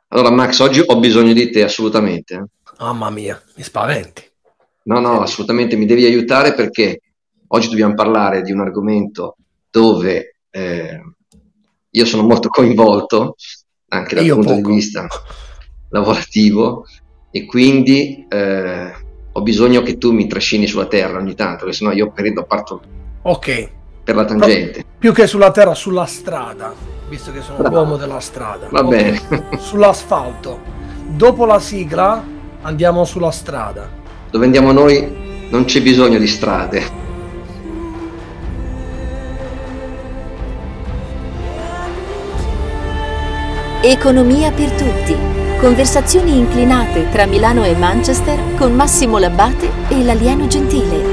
Allora, Max, oggi ho bisogno di te assolutamente. Mamma mia, mi spaventi. No, no, Senti. assolutamente mi devi aiutare perché oggi dobbiamo parlare di un argomento dove io sono molto coinvolto anche E dal io punto di poco. vista lavorativo e quindi ho bisogno che tu mi trascini sulla terra ogni tanto, perché sennò io parto Ok. per la tangente. Più che sulla terra, sulla strada, visto che sono l'uomo Bravo, della strada. va bene. Ok. Sull'asfalto. Dopo la sigla andiamo sulla strada. Dove andiamo noi non c'è bisogno di strade. Economia per tutti. Conversazioni inclinate tra Milano e Manchester con Massimo Labbate e l'alieno gentile.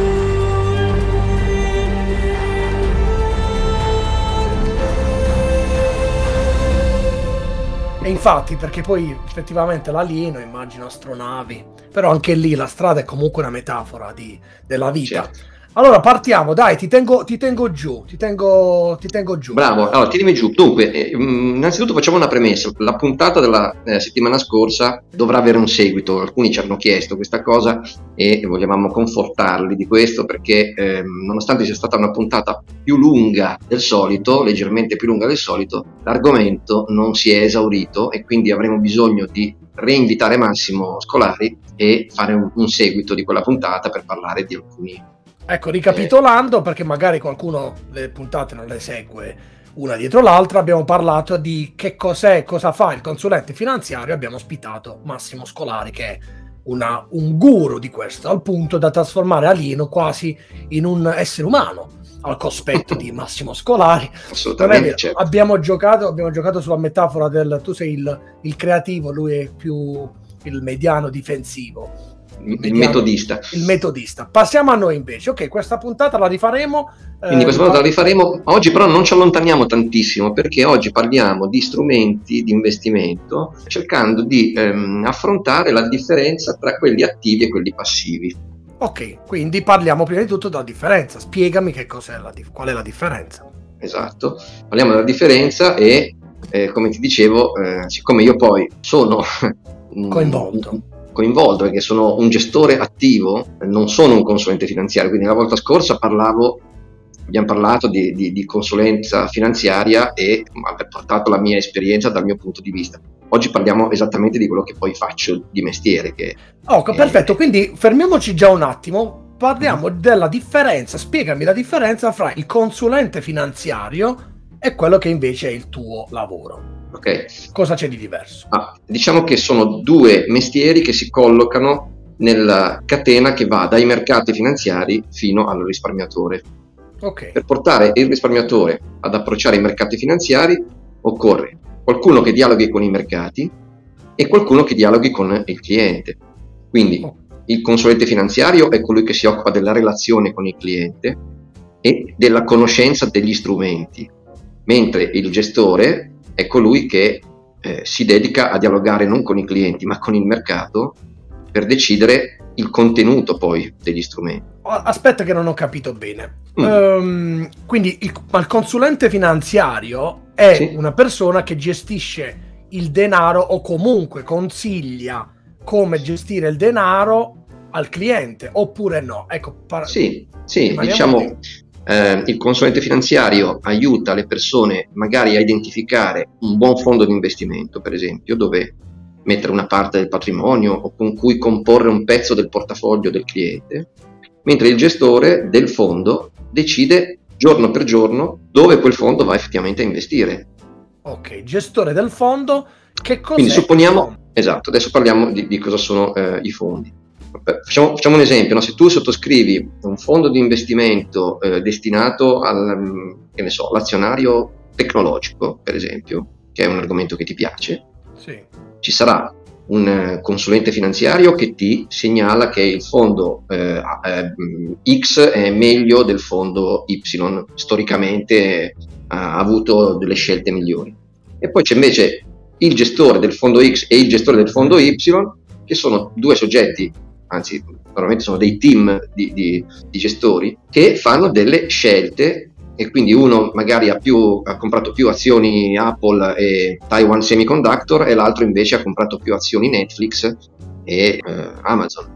E infatti, perché poi effettivamente l'alieno, immagino astronavi, però anche lì la strada è comunque una metafora della vita. Certo. Allora partiamo, dai, ti tengo giù, ti tengo giù. Bravo, allora tirami giù. Dunque, innanzitutto facciamo una premessa. La puntata della settimana scorsa dovrà avere un seguito. Alcuni ci hanno chiesto questa cosa e volevamo confortarli di questo perché nonostante sia stata una puntata più lunga del solito, leggermente più lunga del solito, l'argomento non si è esaurito e quindi avremo bisogno di reinvitare Massimo Scolari e fare un seguito di quella puntata per parlare di alcuni. Ecco, ricapitolando, perché magari qualcuno le puntate non le segue una dietro l'altra, abbiamo parlato di che cos'è, cosa fa il consulente finanziario. Abbiamo ospitato Massimo Scolari, che è un guru di questo, al punto da trasformare Alino quasi in un essere umano al cospetto di Massimo Scolari. Non è Assolutamente, vero. certo. Abbiamo giocato sulla metafora del tu sei il creativo, lui è più il mediano difensivo. Il metodista. Il metodista. Passiamo a noi invece. Ok, questa puntata la rifaremo. Quindi questa volta la rifaremo. Oggi però non ci allontaniamo tantissimo perché oggi parliamo di strumenti di investimento cercando di affrontare la differenza tra quelli attivi e quelli passivi. Ok, quindi parliamo prima di tutto della differenza. Spiegami che cos'è qual è la differenza. Esatto, parliamo della differenza e come ti dicevo, siccome io poi sono coinvolto perché sono un gestore attivo, non sono un consulente finanziario, quindi la volta scorsa abbiamo parlato di consulenza finanziaria e aver portato la mia esperienza dal mio punto di vista. Oggi parliamo esattamente di quello che poi faccio di mestiere. Perfetto, quindi fermiamoci già un attimo, parliamo della differenza, spiegami la differenza fra il consulente finanziario e quello che invece è il tuo lavoro. Ok. Cosa c'è di diverso? Diciamo che sono due mestieri che si collocano nella catena che va dai mercati finanziari fino al risparmiatore. Okay. Per portare il risparmiatore ad approcciare i mercati finanziari occorre qualcuno che dialoghi con i mercati e qualcuno che dialoghi con il cliente. Quindi il consulente finanziario è colui che si occupa della relazione con il cliente e della conoscenza degli strumenti, mentre il gestore è colui che si dedica a dialogare non con i clienti ma con il mercato per decidere il contenuto poi degli strumenti. Aspetta che non ho capito bene. Quindi il consulente finanziario è una persona che gestisce il denaro o comunque consiglia come gestire il denaro al cliente, oppure no? Ecco, sì, diciamo il consulente finanziario aiuta le persone magari a identificare un buon fondo di investimento, per esempio, dove mettere una parte del patrimonio o con cui comporre un pezzo del portafoglio del cliente, mentre il gestore del fondo decide giorno per giorno dove quel fondo va effettivamente a investire. Ok, gestore del fondo, che cos'è? Quindi supponiamo, esatto, adesso parliamo di cosa sono i fondi. Facciamo un esempio, no? Se tu sottoscrivi un fondo di investimento destinato all'azionario tecnologico, per esempio, che è un argomento che ti piace, sì. Ci sarà un consulente finanziario che ti segnala che il fondo X è meglio del fondo Y, storicamente ha avuto delle scelte migliori. E poi c'è invece il gestore del fondo X e il gestore del fondo Y, che sono due soggetti, anzi normalmente sono dei team di gestori che fanno delle scelte e quindi uno magari ha comprato più azioni Apple e Taiwan Semiconductor, e l'altro invece ha comprato più azioni Netflix e Amazon.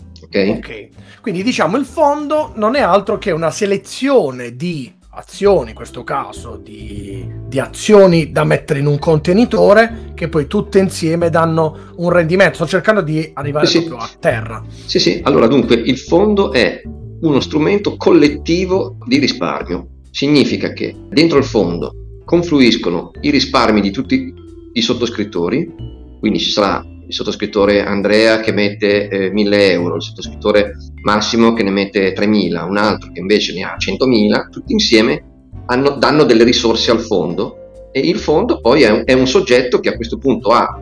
Ok, quindi diciamo il fondo non è altro che una selezione di azioni, in questo caso di azioni da mettere in un contenitore, che poi tutte insieme danno un rendimento. Sto cercando di arrivare proprio a terra. Sì, allora dunque il fondo è uno strumento collettivo di risparmio. Significa che dentro il fondo confluiscono i risparmi di tutti i sottoscrittori, quindi ci sarà il sottoscrittore Andrea che mette 1.000 euro, il sottoscrittore Massimo che ne mette 3.000, un altro che invece ne ha 100.000, tutti insieme danno delle risorse al fondo, e il fondo poi è un soggetto che a questo punto ha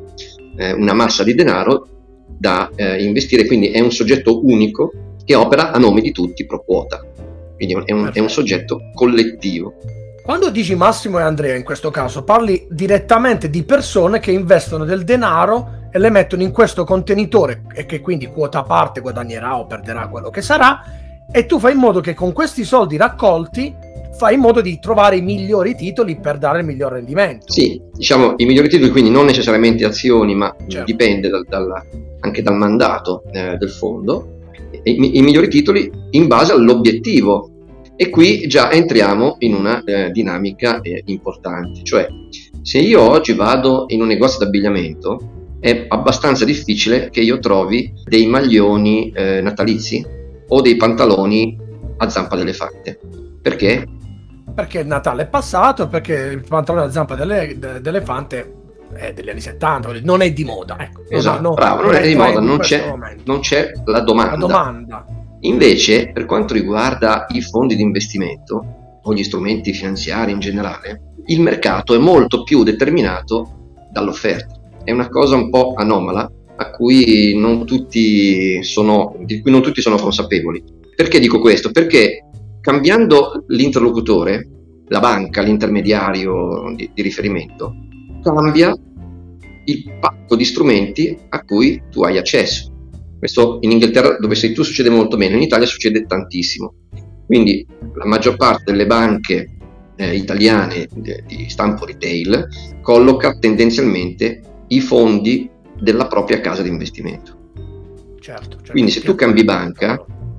una massa di denaro da investire, quindi è un soggetto unico che opera a nome di tutti pro quota, quindi è un soggetto collettivo. Quando dici Massimo e Andrea, in questo caso, parli direttamente di persone che investono del denaro e le mettono in questo contenitore, e che quindi quota a parte guadagnerà o perderà quello che sarà, e tu fai in modo che con questi soldi raccolti fai in modo di trovare i migliori titoli per dare il miglior rendimento. Sì, diciamo i migliori titoli, quindi non necessariamente azioni, ma dipende anche dal mandato del fondo, i migliori titoli in base all'obiettivo. E qui già entriamo in una dinamica importante, cioè se io oggi vado in un negozio d'abbigliamento è abbastanza difficile che io trovi dei maglioni natalizi o dei pantaloni a zampa d'elefante. Perché? Perché il Natale è passato, perché il pantalone a zampa d'elefante è degli anni 70, non è di moda. Ecco. Esatto, bravo, non è di moda, non c'è la domanda. Invece, per quanto riguarda i fondi di investimento o gli strumenti finanziari in generale, il mercato è molto più determinato dall'offerta. È una cosa un po' anomala di cui non tutti sono consapevoli. Perché dico questo? Perché cambiando l'interlocutore, la banca, l'intermediario di riferimento, cambia il pacco di strumenti a cui tu hai accesso. Questo in Inghilterra, dove sei tu, succede molto meno, in Italia succede tantissimo. Quindi la maggior parte delle banche italiane di stampo retail colloca tendenzialmente i fondi della propria casa di investimento. Certo. Quindi se tu cambi banca,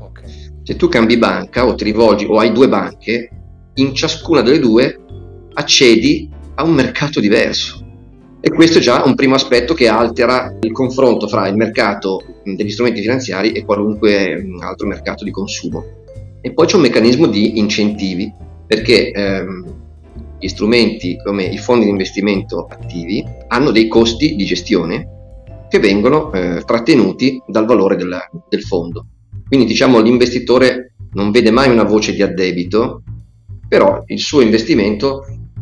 o ti rivolgi o hai due banche, in ciascuna delle due accedi a un mercato diverso. E questo è già un primo aspetto che altera il confronto fra il mercato degli strumenti finanziari e qualunque altro mercato di consumo. E poi c'è un meccanismo di incentivi, perché gli strumenti come i fondi di investimento attivi hanno dei costi di gestione che vengono trattenuti dal valore del fondo. Quindi diciamo l'investitore non vede mai una voce di addebito, però il suo investimento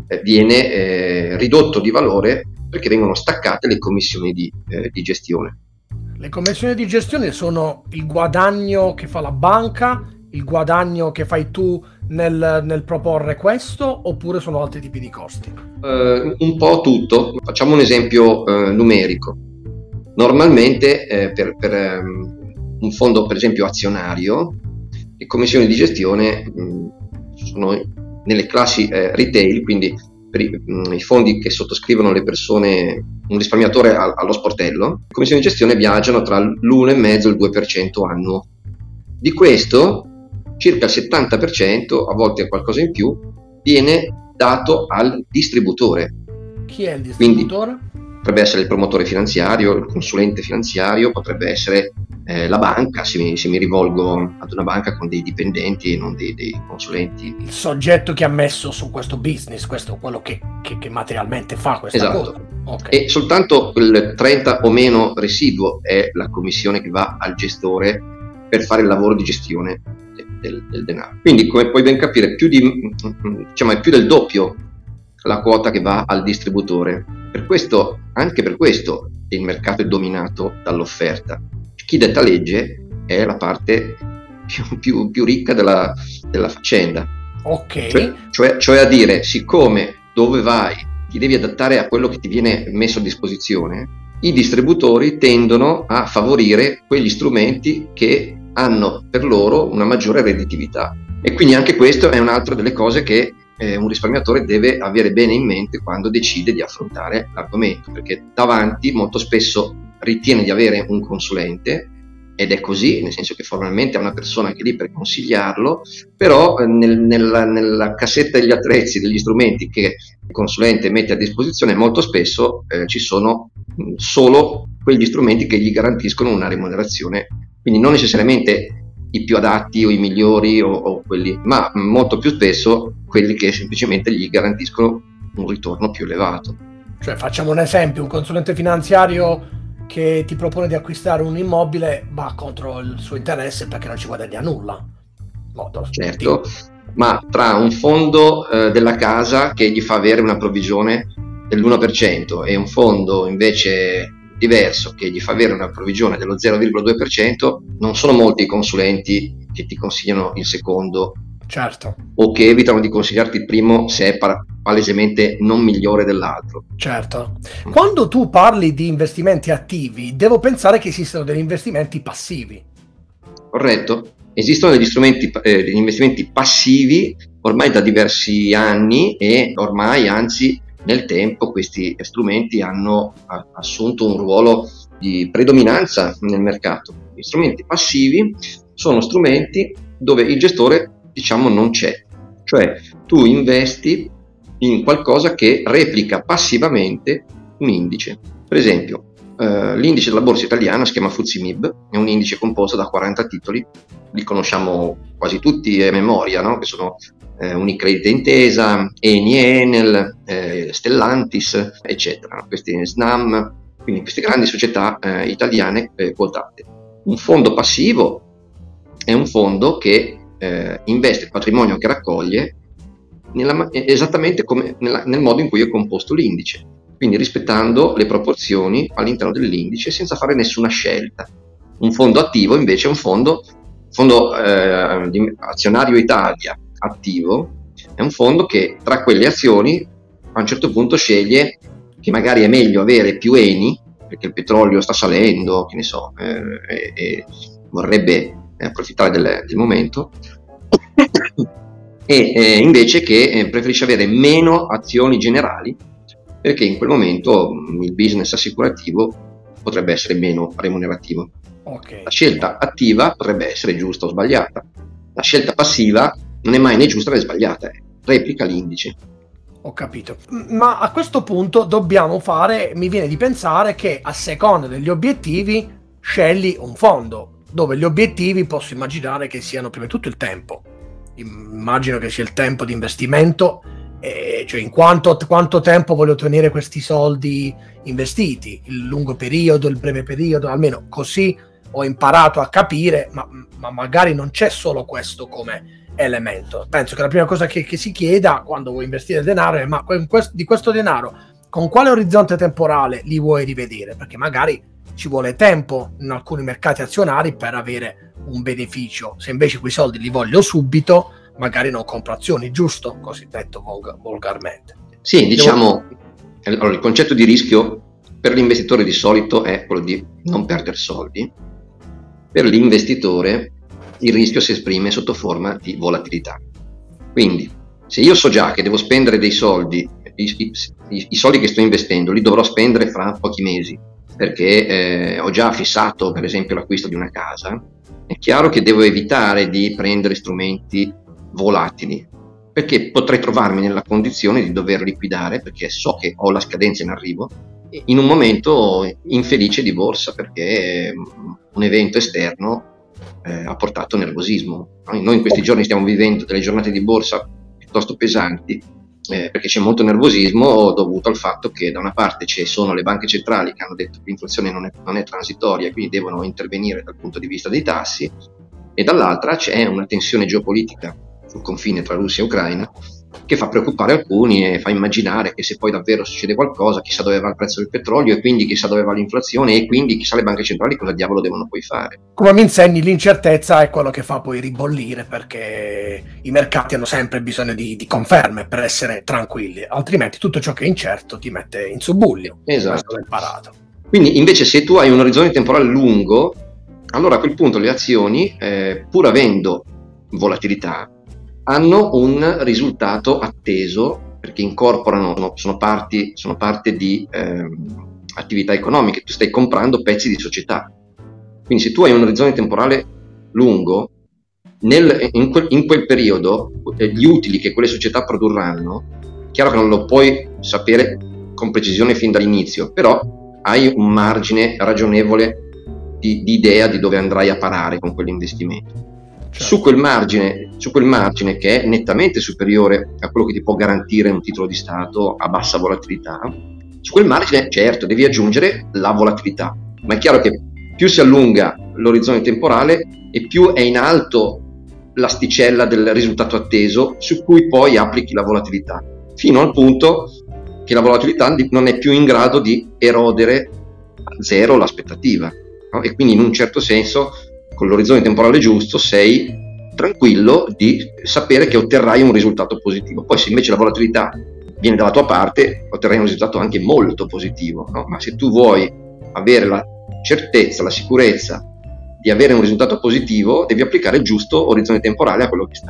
viene ridotto di valore perché vengono staccate le commissioni di gestione. Le commissioni di gestione sono il guadagno che fa la banca, il guadagno che fai tu nel proporre questo, oppure sono altri tipi di costi? Un po' tutto. Facciamo un esempio numerico. Normalmente per un fondo, per esempio azionario, le commissioni di gestione sono nelle classi retail, quindi per i fondi che sottoscrivono le persone, un risparmiatore allo sportello, le commissioni di gestione viaggiano tra l'1,5 e il 2% annuo. Di questo circa il 70%, a volte qualcosa in più, viene dato al distributore. Chi è il distributore? Quindi potrebbe essere il promotore finanziario, il consulente finanziario, potrebbe essere la banca, se mi rivolgo ad una banca con dei dipendenti e non dei consulenti. Il soggetto che ha messo su questo business, questo quello che materialmente fa questa cosa. Okay. E soltanto il 30 o meno residuo è la commissione che va al gestore per fare il lavoro di gestione del denaro. Quindi, come puoi ben capire, è più del doppio la quota che va al distributore. Anche per questo il mercato è dominato dall'offerta. Chi detta legge è la parte più ricca della faccenda. Ok. Cioè a dire, siccome dove vai ti devi adattare a quello che ti viene messo a disposizione, i distributori tendono a favorire quegli strumenti che hanno per loro una maggiore redditività. E quindi anche questo è un'altra delle cose che un risparmiatore deve avere bene in mente quando decide di affrontare l'argomento, perché davanti molto spesso ritiene di avere un consulente, ed è così, nel senso che formalmente è una persona che è lì per consigliarlo, però nella cassetta degli attrezzi, degli strumenti che il consulente mette a disposizione, molto spesso ci sono solo quegli strumenti che gli garantiscono una remunerazione, quindi non necessariamente i più adatti o i migliori o quelli, ma molto più spesso quelli che semplicemente gli garantiscono un ritorno più elevato. Cioè, facciamo un esempio: un consulente finanziario che ti propone di acquistare un immobile va contro il suo interesse perché non ci guadagna nulla. Certo, ma tra un fondo della casa che gli fa avere una provvigione dell'1% e un fondo invece diverso che gli fa avere una provvigione dello 0,2%, non sono molti i consulenti che ti consigliano il secondo, certo, o che evitano di consigliarti il primo se è palesemente non migliore dell'altro. Certo. Quando tu parli di investimenti attivi, devo pensare che esistano degli investimenti passivi. Corretto. Esistono degli investimenti passivi ormai da diversi anni, e ormai anzi nel tempo questi strumenti hanno assunto un ruolo di predominanza nel mercato. Gli strumenti passivi sono strumenti dove il gestore, diciamo, non c'è, cioè tu investi in qualcosa che replica passivamente un indice. Per esempio, l'indice della borsa italiana si chiama FTSE MIB, è un indice composto da 40 titoli, li conosciamo quasi tutti a memoria, no? Che sono Unicredit Intesa, Eni Enel, Stellantis, eccetera, questi Snam, quindi queste grandi società italiane quotate. Un fondo passivo è un fondo che investe il patrimonio che raccoglie esattamente come nel modo in cui è composto l'indice, quindi rispettando le proporzioni all'interno dell'indice senza fare nessuna scelta. Un fondo attivo invece è un fondo di azionario Italia attivo, è un fondo che tra quelle azioni a un certo punto sceglie che magari è meglio avere più Eni perché il petrolio sta salendo, che ne so, e vorrebbe approfittare del momento, e invece che preferisce avere meno azioni generali perché in quel momento il business assicurativo potrebbe essere meno remunerativo. Okay. La scelta attiva potrebbe essere giusta o sbagliata, la scelta passiva non è mai né giusta né sbagliata, replica l'indice. Ho capito, ma a questo punto dobbiamo fare, mi viene di pensare che a seconda degli obiettivi scegli un fondo, dove gli obiettivi posso immaginare che siano prima di tutto il tempo. Immagino che sia il tempo di investimento, cioè in quanto tempo voglio ottenere questi soldi investiti, il lungo periodo, il breve periodo, almeno così ho imparato a capire, ma magari non c'è solo questo come elemento. Penso che la prima cosa che si chieda quando vuoi investire denaro è: ma di questo denaro con quale orizzonte temporale li vuoi rivedere? Perché magari ci vuole tempo in alcuni mercati azionari per avere un beneficio. Se invece quei soldi li voglio subito, magari non compro azioni, giusto? Così detto volgarmente. Sì, diciamo, allora, il concetto di rischio per l'investitore di solito è quello di non perdere soldi. Per l'investitore il rischio si esprime sotto forma di volatilità. Quindi, se io so già che devo spendere dei soldi, i soldi che sto investendo li dovrò spendere fra pochi mesi, perché ho già fissato per esempio l'acquisto di una casa, è chiaro che devo evitare di prendere strumenti volatili, perché potrei trovarmi nella condizione di dover liquidare, perché so che ho la scadenza in arrivo, in un momento infelice di borsa, perché un evento esterno ha portato nervosismo. Noi in questi giorni stiamo vivendo delle giornate di borsa piuttosto pesanti, perché c'è molto nervosismo dovuto al fatto che da una parte ci sono le banche centrali che hanno detto che l'inflazione non è transitoria, quindi devono intervenire dal punto di vista dei tassi, e dall'altra c'è una tensione geopolitica sul confine tra Russia e Ucraina che fa preoccupare alcuni e fa immaginare che se poi davvero succede qualcosa, chissà dove va il prezzo del petrolio, e quindi chissà dove va l'inflazione, e quindi chissà le banche centrali cosa diavolo devono poi fare. Come mi insegni, l'incertezza è quello che fa poi ribollire, perché i mercati hanno sempre bisogno di conferme per essere tranquilli, altrimenti tutto ciò che è incerto ti mette in subbuglio. Esatto. Questo l'ho imparato. Quindi invece se tu hai un orizzonte temporale lungo, allora a quel punto le azioni, pur avendo volatilità, hanno un risultato atteso, perché incorporano, sono parte di attività economiche. Tu stai comprando pezzi di società, quindi se tu hai un orizzonte temporale lungo, in quel periodo gli utili che quelle società produrranno, chiaro che non lo puoi sapere con precisione fin dall'inizio, però hai un margine ragionevole di idea di dove andrai a parare con quell'investimento. Certo. Su quel margine che è nettamente superiore a quello che ti può garantire un titolo di Stato a bassa volatilità, su quel margine certo devi aggiungere la volatilità, ma è chiaro che più si allunga l'orizzonte temporale e più è in alto l'asticella del risultato atteso su cui poi applichi la volatilità, fino al punto che la volatilità non è più in grado di erodere a zero l'aspettativa, no? E quindi in un certo senso con l'orizzonte temporale giusto sei tranquillo di sapere che otterrai un risultato positivo. Poi se invece la volatilità viene dalla tua parte, otterrai un risultato anche molto positivo, no? Ma se tu vuoi avere la certezza, la sicurezza di avere un risultato positivo, devi applicare il giusto orizzonte temporale a quello che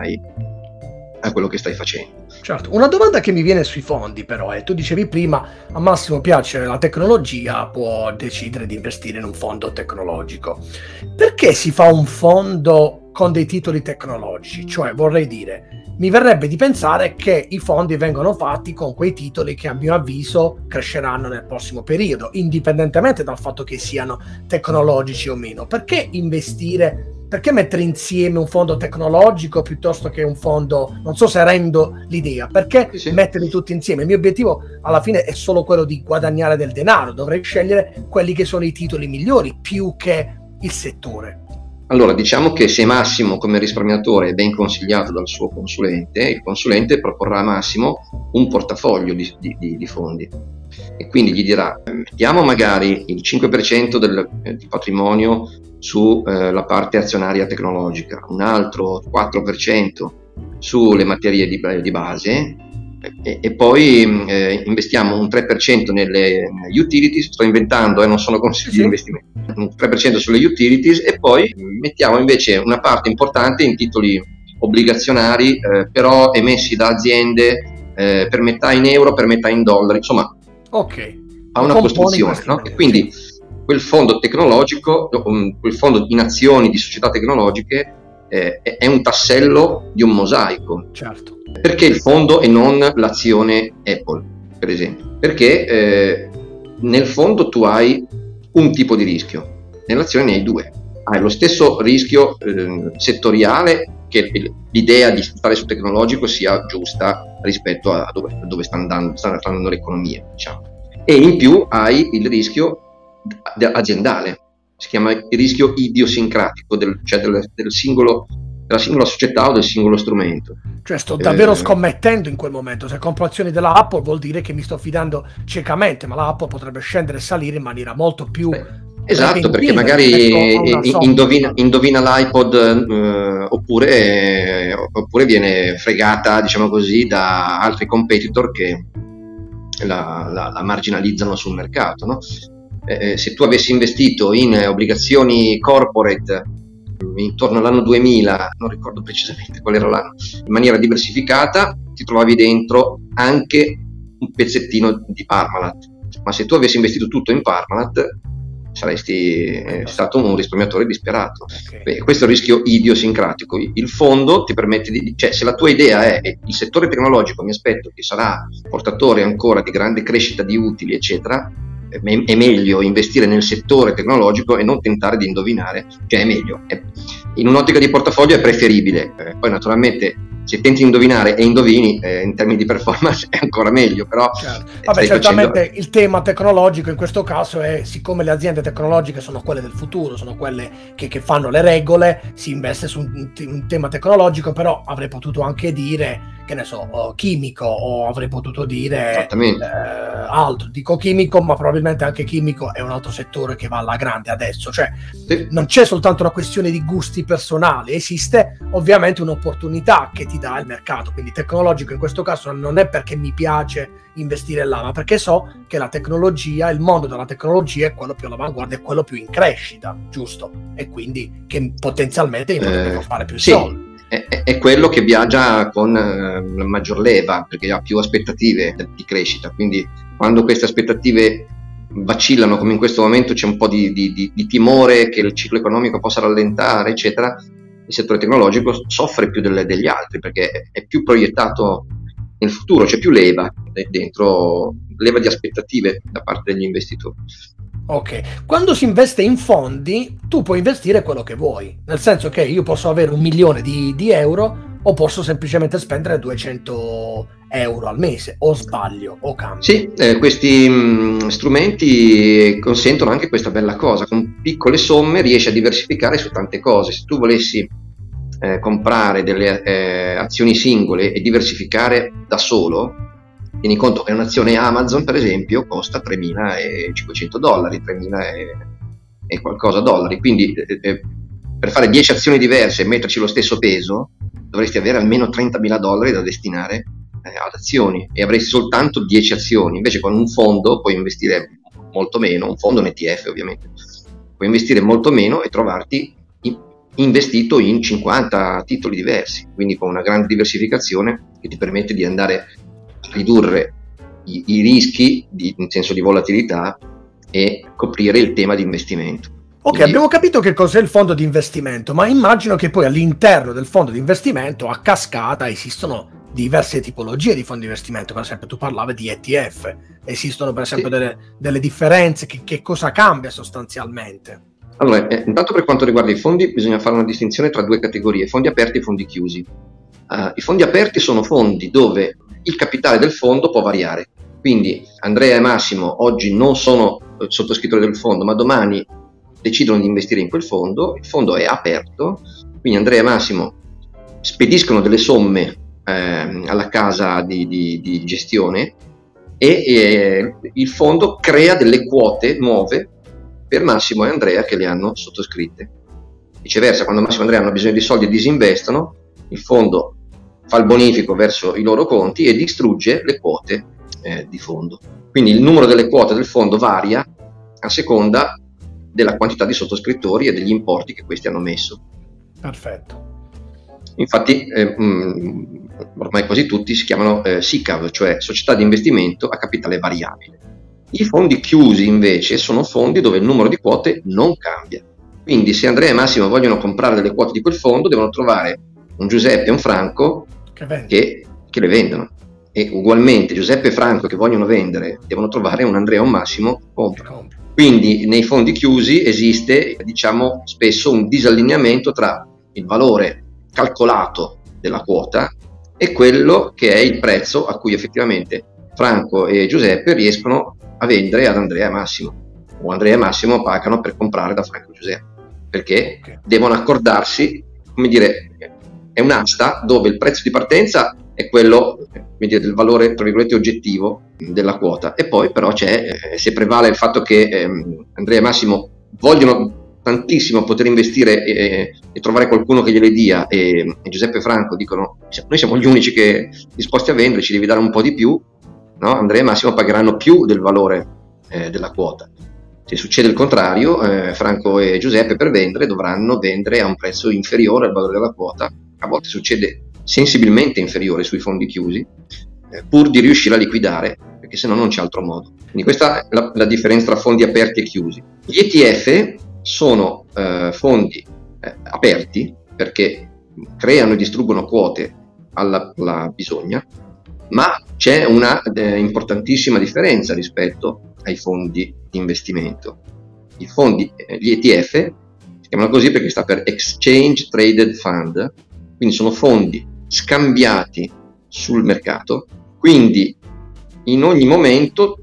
stai facendo. Certo, una domanda che mi viene sui fondi però è, tu dicevi prima, a Massimo piace la tecnologia, può decidere di investire in un fondo tecnologico. Perché si fa un fondo con dei titoli tecnologici? Cioè, vorrei dire, mi verrebbe di pensare che i fondi vengono fatti con quei titoli che a mio avviso cresceranno nel prossimo periodo, indipendentemente dal fatto che siano tecnologici o meno. Perché investire? Perché mettere insieme un fondo tecnologico piuttosto che un fondo, non so se rendo l'idea, perché sì. Metterli tutti insieme? Il mio obiettivo alla fine è solo quello di guadagnare del denaro, dovrei scegliere quelli che sono i titoli migliori più che il settore. Allora, diciamo che se Massimo come risparmiatore è ben consigliato dal suo consulente, il consulente proporrà a Massimo un portafoglio di fondi e quindi gli dirà: mettiamo magari il 5% di patrimonio sulla parte azionaria tecnologica, un altro 4% sulle materie di base e poi investiamo un 3% nelle utilities, sto inventando, non sono consigli di investimento, un 3% sulle utilities e poi mettiamo invece una parte importante in titoli obbligazionari però emessi da aziende per metà in euro, per metà in dollari, insomma ha una costruzione, no? E quindi quel fondo tecnologico, quel fondo in azioni di società tecnologiche è un tassello di un mosaico. Certo. Perché il fondo e non l'azione Apple, per esempio? Perché nel fondo tu hai un tipo di rischio, nell'azione ne hai due. Hai lo stesso rischio settoriale, che l'idea di stare sul tecnologico sia giusta rispetto a dove sta andando l'economia, diciamo. E in più hai il rischio aziendale, si chiama il rischio idiosincratico della singola società o del singolo strumento. Cioè sto davvero scommettendo in quel momento. Se compro azioni della Apple vuol dire che mi sto fidando ciecamente, ma la Apple potrebbe scendere e salire in maniera molto più esatto, perché magari indovina l'iPod oppure viene fregata, diciamo così, da altri competitor che la marginalizzano sul mercato, no? Se tu avessi investito in obbligazioni corporate intorno all'anno 2000, non ricordo precisamente qual era l'anno, in maniera diversificata, ti trovavi dentro anche un pezzettino di Parmalat, ma se tu avessi investito tutto in Parmalat saresti stato un risparmiatore disperato. Questo è il rischio idiosincratico. Il fondo ti permette cioè, se la tua idea è il settore tecnologico, mi aspetto che sarà portatore ancora di grande crescita di utili eccetera, è meglio investire nel settore tecnologico e non tentare di indovinare, cioè è meglio, in un'ottica di portafoglio è preferibile, poi naturalmente se tenti di indovinare e indovini in termini di performance è ancora meglio, però certo. Vabbè, certamente il tema tecnologico in questo caso è, siccome le aziende tecnologiche sono quelle del futuro, sono quelle che fanno le regole, si investe su un tema tecnologico, però avrei potuto anche dire, che ne so, chimico, o avrei potuto dire altro, dico chimico, ma probabilmente anche chimico è un altro settore che va alla grande adesso, cioè sì. Non c'è soltanto una questione di gusti personali, esiste ovviamente un'opportunità che ti dà il mercato, quindi tecnologico in questo caso non è perché mi piace investire là, ma perché so che la tecnologia, il mondo della tecnologia è quello più all'avanguardia, è quello più in crescita, giusto? E quindi che potenzialmente potrebbe fare più soldi. è quello che viaggia con maggior leva, perché ha più aspettative di crescita. Quindi quando queste aspettative vacillano, come in questo momento c'è un po' di timore che il ciclo economico possa rallentare, eccetera, il settore tecnologico soffre più degli altri, perché è più proiettato nel futuro, c'è più leva dentro, leva di aspettative da parte degli investitori. Ok, quando si investe in fondi tu puoi investire quello che vuoi, nel senso che io posso avere 1 milione di euro o posso semplicemente spendere 200 euro al mese, o sbaglio, o cambio? Sì, questi strumenti consentono anche questa bella cosa: con piccole somme riesci a diversificare su tante cose. Se tu volessi comprare delle azioni singole e diversificare da solo, tieni conto che un'azione Amazon, per esempio, costa $3.500, 3.000 e qualcosa dollari, quindi per fare 10 azioni diverse e metterci lo stesso peso dovresti avere almeno $30.000 da destinare ad azioni, e avresti soltanto 10 azioni. Invece con un fondo puoi investire molto meno, un fondo, un ETF ovviamente, puoi investire molto meno e trovarti investito in 50 titoli diversi, quindi con una grande diversificazione che ti permette di andare a ridurre i rischi in senso di volatilità e coprire il tema di investimento. Ok, quindi abbiamo capito che cos'è il fondo di investimento, ma immagino che poi all'interno del fondo di investimento a cascata esistono diverse tipologie di fondi di investimento. Per esempio tu parlavi di ETF, esistono per esempio delle differenze, che cosa cambia sostanzialmente? Allora, intanto per quanto riguarda i fondi bisogna fare una distinzione tra due categorie: fondi aperti e fondi chiusi. I fondi aperti sono fondi dove il capitale del fondo può variare, quindi Andrea e Massimo oggi non sono sottoscrittori del fondo, ma domani decidono di investire in quel fondo, il fondo è aperto, quindi Andrea e Massimo spediscono delle somme alla casa di gestione e il fondo crea delle quote nuove per Massimo e Andrea che le hanno sottoscritte. Viceversa, quando Massimo e Andrea hanno bisogno di soldi e disinvestono, il fondo fa il bonifico verso i loro conti e distrugge le quote di fondo. Quindi il numero delle quote del fondo varia a seconda della quantità di sottoscrittori e degli importi che questi hanno messo. Perfetto. Infatti ormai quasi tutti si chiamano SICAV, cioè società di investimento a capitale variabile. I fondi chiusi invece sono fondi dove il numero di quote non cambia. Quindi se Andrea e Massimo vogliono comprare delle quote di quel fondo, devono trovare un Giuseppe e un Franco che le vendono, e ugualmente Giuseppe e Franco che vogliono vendere devono trovare un Andrea o un Massimo che comprano. Quindi nei fondi chiusi esiste, diciamo, spesso un disallineamento tra il valore calcolato della quota e quello che è il prezzo a cui effettivamente Franco e Giuseppe riescono a vendere ad Andrea e Massimo, o Andrea e Massimo pagano per comprare da Franco e Giuseppe, perché devono accordarsi, come dire, è un'asta dove il prezzo di partenza è quello, come dire, del valore tra virgolette oggettivo della quota, e poi però se prevale il fatto che Andrea e Massimo vogliono tantissimo poter investire e trovare qualcuno che gliele dia, e Giuseppe e Franco dicono noi siamo gli unici che disposti a vendere, ci devi dare un po' di più, no? Andrea e Massimo pagheranno più del valore della quota. Se succede il contrario, Franco e Giuseppe per vendere dovranno vendere a un prezzo inferiore al valore della quota, a volte succede sensibilmente inferiore sui fondi chiusi, pur di riuscire a liquidare, perché se no non c'è altro modo. Quindi questa è la differenza tra fondi aperti e chiusi. Gli ETF sono fondi aperti perché creano e distruggono quote alla bisogna, ma c'è una importantissima differenza rispetto ai fondi di investimento. Gli ETF si chiamano così perché sta per Exchange Traded Fund, quindi sono fondi scambiati sul mercato, quindi in ogni momento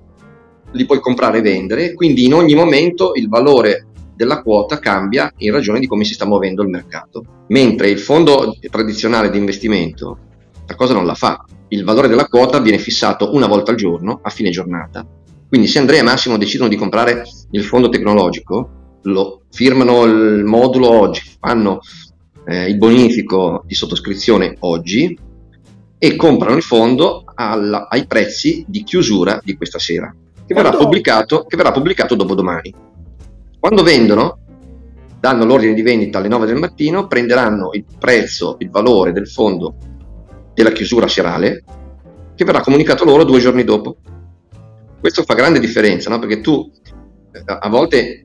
li puoi comprare e vendere, quindi in ogni momento il valore della quota cambia in ragione di come si sta muovendo il mercato, mentre il fondo tradizionale di investimento la cosa non la fa. Il valore della quota viene fissato una volta al giorno, a fine giornata. Quindi se Andrea e Massimo decidono di comprare il fondo tecnologico, lo firmano il modulo oggi, fanno il bonifico di sottoscrizione oggi e comprano il fondo ai prezzi di chiusura di questa sera, che verrà pubblicato dopodomani. Quando vendono, danno l'ordine di vendita alle 9 del mattino, prenderanno il prezzo, il valore del fondo della chiusura serale, che verrà comunicato loro 2 giorni dopo. Questo fa grande differenza, no? Perché tu a volte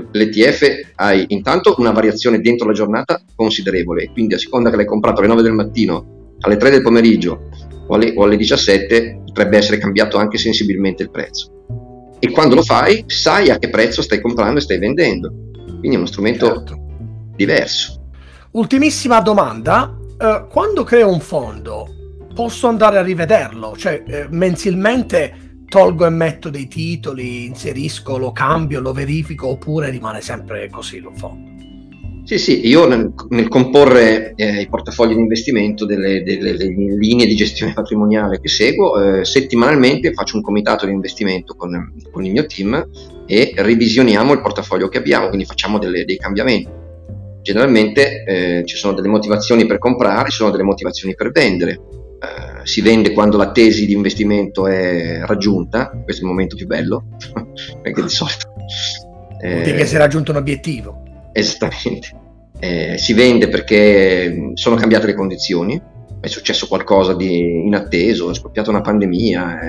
l'ETF hai intanto una variazione dentro la giornata considerevole, quindi a seconda che l'hai comprato alle 9 del mattino, alle 3 del pomeriggio o alle 17, potrebbe essere cambiato anche sensibilmente il prezzo. E quando lo fai, sai a che prezzo stai comprando e stai vendendo. Quindi è uno strumento diverso. Ultimissima domanda, quando creo un fondo posso andare a rivederlo? Cioè mensilmente tolgo e metto dei titoli, inserisco, lo cambio, lo verifico, oppure rimane sempre così il fondo? Sì, io nel comporre i portafogli di investimento delle linee di gestione patrimoniale che seguo, settimanalmente faccio un comitato di investimento con il mio team e revisioniamo il portafoglio che abbiamo, quindi facciamo dei cambiamenti. Generalmente ci sono delle motivazioni per comprare, ci sono delle motivazioni per vendere. Si vende quando la tesi di investimento è raggiunta, questo è il momento più bello, perché di solito vuol dire che si è raggiunto un obiettivo. Esattamente. Si vende perché sono cambiate le condizioni, è successo qualcosa di inatteso, è scoppiata una pandemia,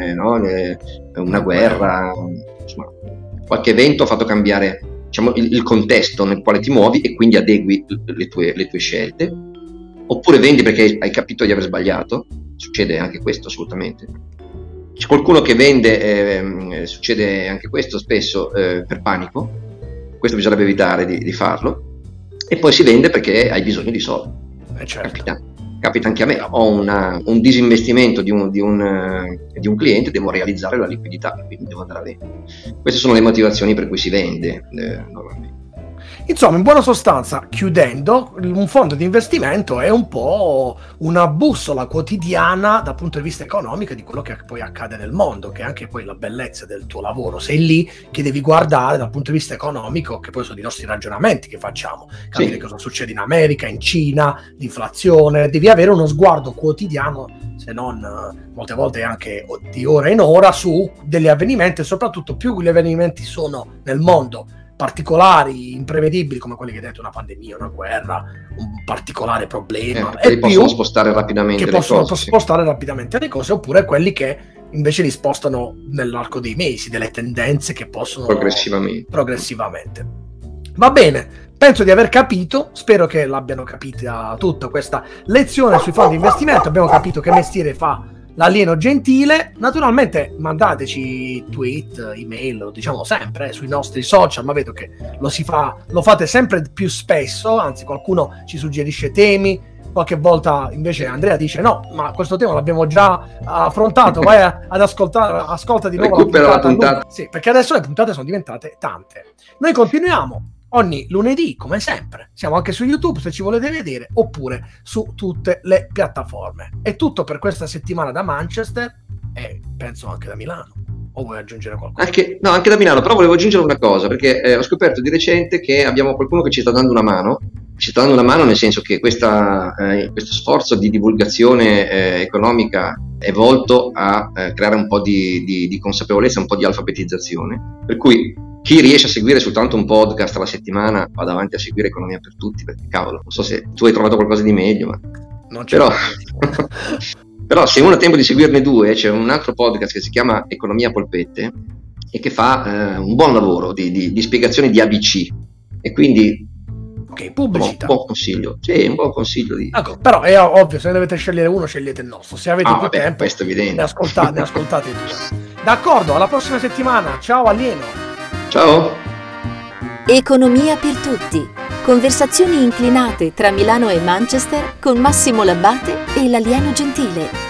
una guerra, insomma, qualche evento ha fatto cambiare, diciamo, il contesto nel quale ti muovi e quindi adegui le tue scelte. Oppure vendi perché hai capito di aver sbagliato, succede anche questo assolutamente. C'è qualcuno che vende, succede anche questo spesso per panico, questo bisognerebbe evitare di farlo, e poi si vende perché hai bisogno di soldi. Certo. Capita anche a me, ho un disinvestimento di un cliente, devo realizzare la liquidità, quindi devo andare a vendere. Queste sono le motivazioni per cui si vende normalmente. Insomma, in buona sostanza, chiudendo, un fondo di investimento è un po' una bussola quotidiana dal punto di vista economico di quello che poi accade nel mondo, che è anche poi la bellezza del tuo lavoro. Sei lì che devi guardare dal punto di vista economico, che poi sono i nostri ragionamenti che facciamo, capire cosa succede in America, in Cina, l'inflazione, devi avere uno sguardo quotidiano, se non molte volte anche di ora in ora, su degli avvenimenti, e soprattutto più gli avvenimenti sono nel mondo particolari, imprevedibili, come quelli che hai detto, una pandemia, una guerra, un particolare problema, e possono spostare rapidamente le cose, oppure quelli che invece li spostano nell'arco dei mesi, delle tendenze che possono progressivamente. Va bene, penso di aver capito, spero che l'abbiano capita tutta questa lezione sui fondi di investimento. Abbiamo capito che mestiere fa l'alieno gentile. Naturalmente mandateci tweet, email, lo diciamo sempre sui nostri social, ma vedo che lo fate sempre più spesso, anzi qualcuno ci suggerisce temi, qualche volta invece Andrea dice no, ma questo tema l'abbiamo già affrontato, vai ad ascolta di nuovo la puntata. Sì, perché adesso le puntate sono diventate tante. Noi continuiamo ogni lunedì, come sempre. Siamo anche su YouTube se ci volete vedere, oppure su tutte le piattaforme. È tutto per questa settimana da Manchester e penso anche da Milano. O vuoi aggiungere qualcosa? Anche da Milano, però volevo aggiungere una cosa, perché ho scoperto di recente che abbiamo qualcuno che ci sta dando una mano. Ci sta dando una mano nel senso che questo sforzo di divulgazione economica è volto a creare un po' di consapevolezza, un po' di alfabetizzazione, per cui chi riesce a seguire soltanto un podcast alla settimana va davanti a seguire Economia per Tutti, perché cavolo, non so se tu hai trovato qualcosa di meglio, ma non c'è però se uno ha tempo di seguirne 2, c'è un altro podcast che si chiama Economia Polpette e che fa un buon lavoro di spiegazione di ABC, e quindi pubblicità. Un buon consiglio. Sì, un buon consiglio però è ovvio, se dovete scegliere uno, scegliete il nostro. Se avete più tempo, questo è evidente. ne ascoltate 2. D'accordo, alla prossima settimana. Ciao alieno. Ciao. Economia per tutti. Conversazioni inclinate tra Milano e Manchester con Massimo Labbate e l'alieno gentile.